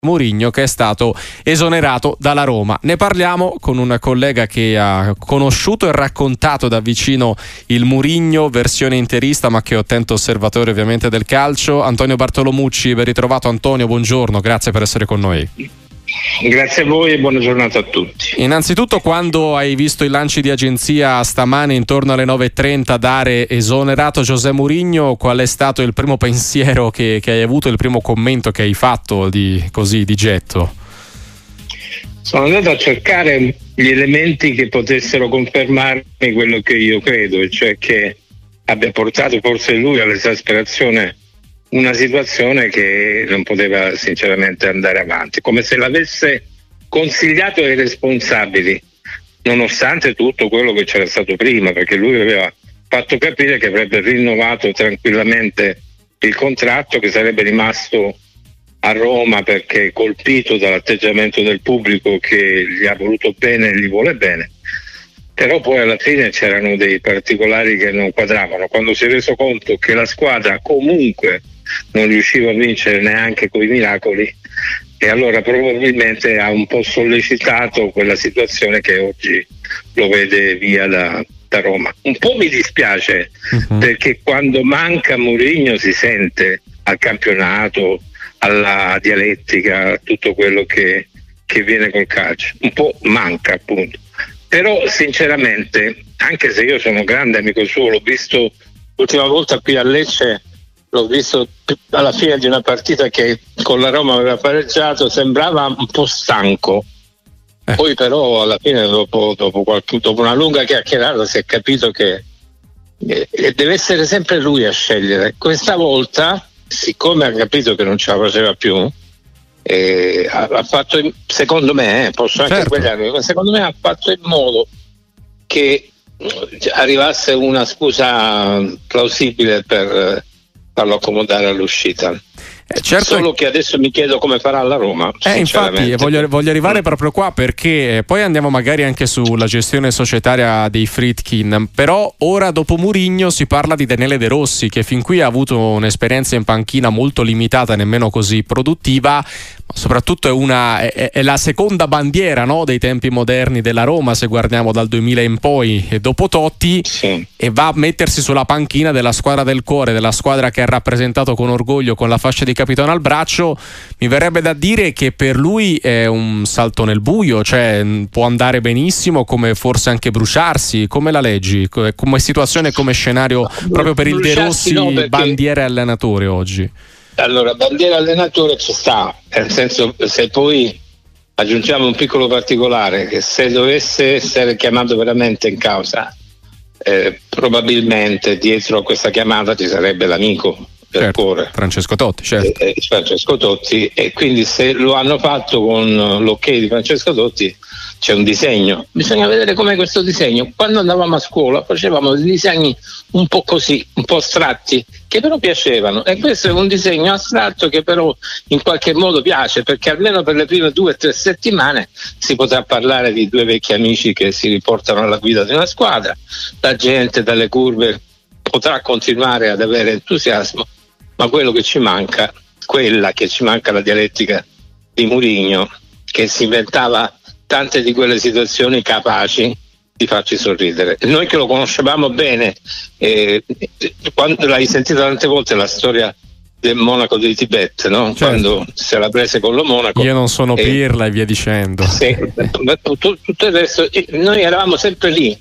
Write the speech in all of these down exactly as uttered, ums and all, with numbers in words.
Mourinho, che è stato esonerato dalla Roma. Ne parliamo con un collega che ha conosciuto e raccontato da vicino il Mourinho versione interista, ma che è attento osservatore ovviamente del calcio. Antonio Bartolomucci, ben ritrovato Antonio, buongiorno, grazie per essere con noi. Grazie a voi e buona giornata a tutti. Innanzitutto, quando hai visto i lanci di agenzia stamane intorno alle nove e trenta dare esonerato José Mourinho, qual è stato il primo pensiero che, che hai avuto, il primo commento che hai fatto di, così di getto? Sono andato a cercare gli elementi che potessero confermarmi quello che io credo, e cioè che abbia portato forse lui all'esasperazione una situazione che non poteva sinceramente andare avanti, come se l'avesse consigliato ai responsabili, nonostante tutto quello che c'era stato prima, perché lui aveva fatto capire che avrebbe rinnovato tranquillamente il contratto, che sarebbe rimasto a Roma perché colpito dall'atteggiamento del pubblico che gli ha voluto bene e gli vuole bene. Però poi alla fine c'erano dei particolari che non quadravano. Quando si è reso conto che la squadra comunque non riusciva a vincere neanche coi miracoli, e allora probabilmente ha un po' sollecitato quella situazione che oggi lo vede via da, da Roma. Un po' mi dispiace, uh-huh. perché quando manca Mourinho si sente al campionato, alla dialettica, tutto quello che, che viene col calcio. Un po' manca, appunto. Però sinceramente, anche se io sono grande amico suo, l'ho visto l'ultima volta qui a Lecce, l'ho visto alla fine di una partita che con la Roma aveva pareggiato, sembrava un po' stanco. Eh. Poi però alla fine, dopo, dopo, qualche, dopo una lunga chiacchierata, si è capito che eh, deve essere sempre lui a scegliere. Questa volta, siccome ha capito che non ce la faceva più, eh, ha, ha fatto, secondo me, eh, posso anche certo. sbagliarmi, ma secondo me ha fatto in modo che arrivasse una scusa plausibile per farlo accomodare all'uscita. Eh, certo. Solo che adesso mi chiedo come farà la Roma. Eh, infatti voglio, voglio arrivare proprio qua, perché poi andiamo magari anche sulla gestione societaria dei Friedkin, però ora dopo Mourinho si parla di Daniele De Rossi, che fin qui ha avuto un'esperienza in panchina molto limitata, nemmeno così produttiva, ma soprattutto è, una, è, è la seconda bandiera, no, dei tempi moderni della Roma, se guardiamo dal duemila in poi, e dopo Totti, sì. e va a mettersi sulla panchina della squadra del cuore, della squadra che ha rappresentato con orgoglio con la fascia di capitano al braccio. Mi verrebbe da dire che per lui è un salto nel buio, cioè può andare benissimo, come forse anche bruciarsi. Come la leggi? Come situazione, come scenario proprio per il De Rossi, no, perché... bandiera e allenatore oggi? Allora, bandiera allenatore ci sta, nel senso, se poi aggiungiamo un piccolo particolare, che se dovesse essere chiamato veramente in causa, eh, probabilmente dietro a questa chiamata ci sarebbe l'amico del certo, cuore, Francesco Totti, certo. eh, eh, Francesco Totti, e quindi se lo hanno fatto con l'ok di Francesco Totti c'è un disegno. Bisogna vedere com'è questo disegno. Quando andavamo a scuola facevamo dei disegni un po' così, un po' astratti, che però piacevano, e questo è un disegno astratto che però in qualche modo piace, perché almeno per le prime due o tre settimane si potrà parlare di due vecchi amici che si riportano alla guida di una squadra, la gente dalle curve potrà continuare ad avere entusiasmo, ma quello che ci manca, quella che ci manca la dialettica di Mourinho, che si inventava tante di quelle situazioni capaci di farci sorridere. Noi che lo conoscevamo bene, eh, quando l'hai sentita tante volte la storia del Monaco di Tibet, no? Certo. Quando se la prese con lo Monaco. Io non sono eh, Pirla e via dicendo. Sì, tutto, tutto il resto, noi eravamo sempre lì.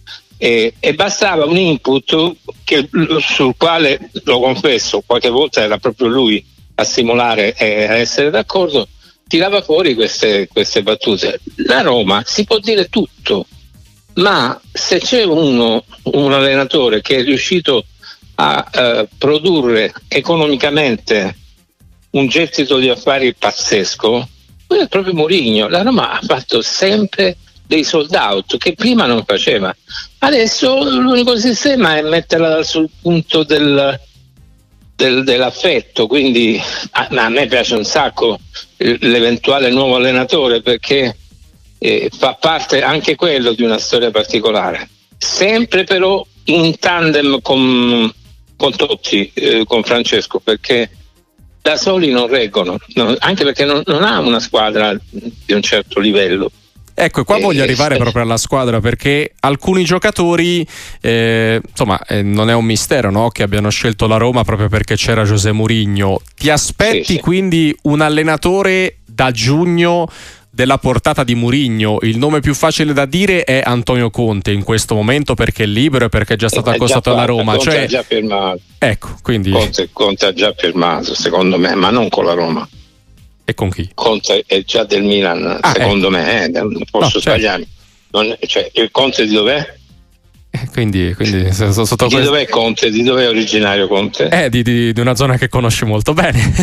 E, e bastava un input che, sul quale, lo confesso, qualche volta era proprio lui a stimolare e a essere d'accordo, tirava fuori queste, queste battute. La Roma si può dire tutto, ma se c'è uno, un allenatore che è riuscito a eh, produrre economicamente un gettito di affari pazzesco, quello è proprio Mourinho. La Roma ha fatto sempre dei sold out che prima non faceva. Adesso l'unico sistema è metterla sul punto del, del, dell'affetto, quindi a, a me piace un sacco l'eventuale nuovo allenatore, perché eh, fa parte anche quello di una storia particolare, sempre però in tandem con, con Totti, eh, con Francesco, perché da soli non reggono, no, anche perché non, non ha una squadra di un certo livello. Ecco, e qua voglio eh, arrivare eh, proprio alla squadra, perché alcuni giocatori, eh, insomma, eh, non è un mistero, no? Che abbiano scelto la Roma proprio perché c'era José Mourinho. Ti aspetti sì, sì. quindi un allenatore da giugno della portata di Mourinho? Il nome più facile da dire è Antonio Conte in questo momento, perché è libero e perché è già stato È accostato già alla fatto, Roma. Conte Cioè, ha già firmato. ecco, quindi Conte, Conte ha già firmato, secondo me, ma non con la Roma. e con chi? Conte è già del Milan, Ah, secondo ecco. me, eh, non posso No, sbagliarmi. Non, cioè, il Conte di dov'è? Eh, Quindi, quindi so- sotto Di questo... dov'è Conte? Di dov'è originario Conte? Eh, di, di, di una zona che conosci molto bene.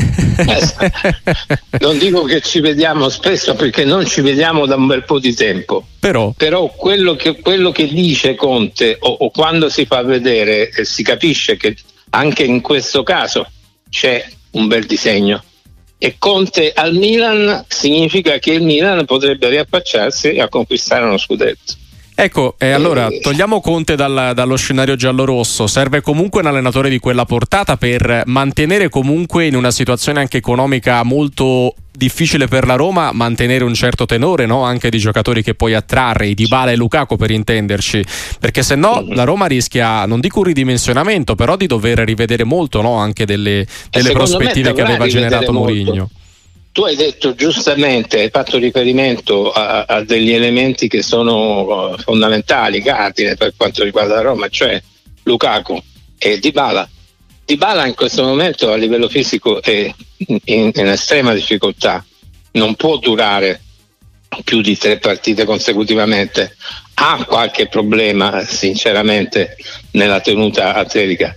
Non dico che ci vediamo spesso, perché non ci vediamo da un bel po' di tempo. Però, Però quello che, quello che dice Conte, o, o quando si fa vedere, eh, si capisce che anche in questo caso c'è un bel disegno. E Conte al Milan significa che il Milan potrebbe riaffacciarsi a conquistare uno scudetto. ecco, e allora Eh. togliamo Conte dal- dallo scenario giallorosso. Serve comunque un allenatore di quella portata per mantenere comunque, in una situazione anche economica molto difficile per la Roma, mantenere un certo tenore, no? Anche di giocatori che puoi attrarre, i Dybala e Lukaku, per intenderci, perché se no Mm-hmm. la Roma rischia, non dico un ridimensionamento, però di dover rivedere molto, no? Anche delle, delle secondo me prospettive che dovrà aveva rivedere generato molto. Mourinho. Tu hai detto giustamente, hai fatto riferimento a, a degli elementi che sono uh, fondamentali, cardine per quanto riguarda la Roma, cioè Lukaku e Dybala. Dybala in questo momento a livello fisico è in, in estrema difficoltà, non può durare più di tre partite consecutivamente, ha qualche problema sinceramente nella tenuta atletica.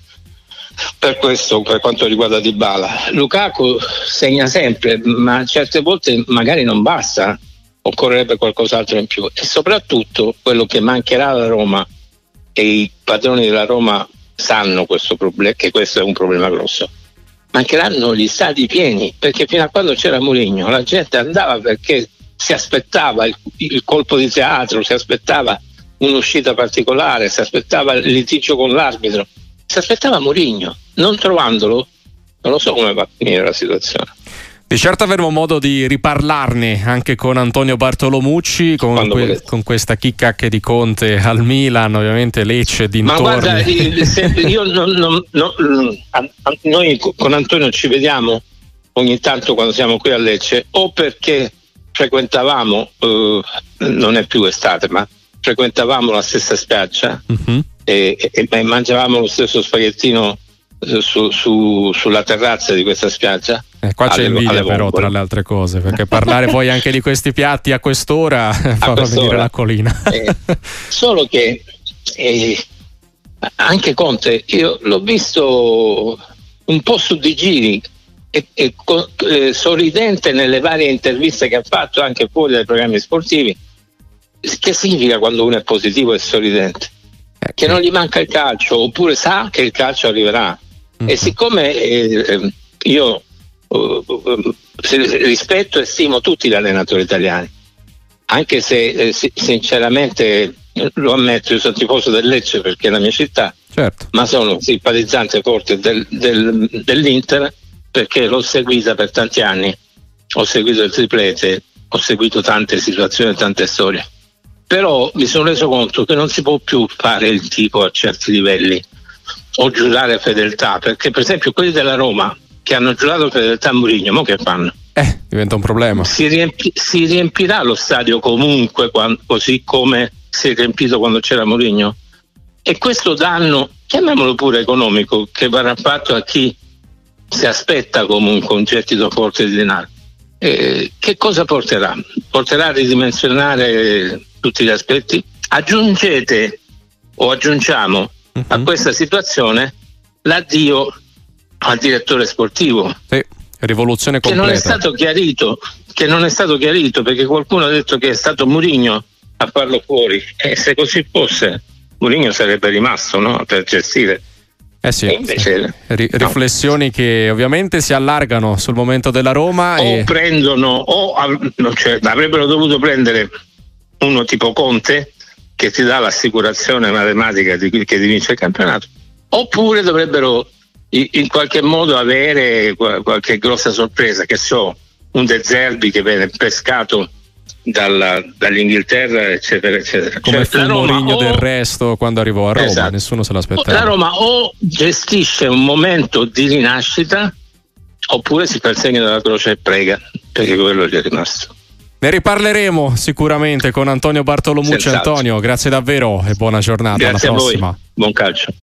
Per questo, per quanto riguarda Dybala, Lukaku segna sempre, ma certe volte magari non basta, occorrerebbe qualcos'altro in più. E soprattutto quello che mancherà alla Roma, e i padroni della Roma sanno questo problem- che questo è un problema grosso, mancheranno gli stadi pieni, perché fino a quando c'era Mourinho la gente andava perché si aspettava il, il colpo di teatro, si aspettava un'uscita particolare, si aspettava il litigio con l'arbitro, si aspettava Mourinho. Non trovandolo, non lo so come va a finire la situazione. Di certo avremo modo di riparlarne anche con Antonio Bartolomucci, con, Quando que- volete. con questa chicca che di Conte al Milan, ovviamente Lecce dintorni. Ma guarda, il- se- io non, non- non- a- a- noi con Antonio ci vediamo ogni tanto quando siamo qui a Lecce, o perché frequentavamo, eh, non è più estate, ma frequentavamo la stessa spiaggia Mhm. e, e- e mangiavamo lo stesso spaghettino eh, su- su- sulla terrazza di questa spiaggia. Eh, qua c'è alle- invidia alle però, bombole. tra le altre cose, perché parlare poi anche di questi piatti a quest'ora fa quest'ora. venire l'acquolina. Eh, solo che eh, anche Conte io l'ho visto un po' su di giri e, e co- eh, sorridente nelle varie interviste che ha fatto anche fuori dai programmi sportivi. Che significa quando uno è positivo e sorridente? Che non gli manca il calcio, oppure sa che il calcio arriverà. Mm-hmm. E siccome eh, io uh, uh, rispetto e stimo tutti gli allenatori italiani, anche se eh, sinceramente lo ammetto, io sono tifoso del Lecce perché è la mia città, Certo. ma sono simpatizzante forte del, del, dell'Inter perché l'ho seguita per tanti anni, ho seguito il triplete, ho seguito tante situazioni, tante storie, però mi sono reso conto che non si può più fare il tipo a certi livelli o giurare fedeltà, perché per esempio quelli della Roma che hanno giurato fedeltà a Mourinho, mo che fanno? Eh, diventa un problema. Si, riempi- si riempirà lo stadio comunque, quando, così come si è riempito quando c'era Mourinho? E questo danno, chiamiamolo pure economico, che verrà fatto a chi si aspetta comunque un gettito forte di denaro, eh, che cosa porterà? Porterà a ridimensionare tutti gli aspetti? Aggiungete o aggiungiamo Mhm. a questa situazione l'addio al direttore sportivo, Sì, rivoluzione che non è completa. stato chiarito, che non è stato chiarito perché qualcuno ha detto che è stato Mourinho a farlo fuori, e se così fosse Mourinho sarebbe rimasto, no? Per gestire. Eh sì, E invece, sì. Ri- no. riflessioni che ovviamente si allargano sul momento della Roma O e... prendono, o av- no, cioè, avrebbero dovuto prendere uno tipo Conte che ti dà l'assicurazione matematica di che ti vince il campionato, oppure dovrebbero in qualche modo avere qualche grossa sorpresa, che so, un De Zerbi che viene pescato dalla, dall'Inghilterra, eccetera, eccetera. Come cioè, fu Mourinho del resto quando arrivò a Roma, esatto. Nessuno se l'aspettava. La Roma o gestisce un momento di rinascita oppure si fa il segno della croce e prega, perché quello gli è rimasto. Ne riparleremo sicuramente con Antonio Bartolomucci. Senz'altro. Antonio, grazie davvero e buona giornata. Grazie alla a voi. prossima. Buon calcio.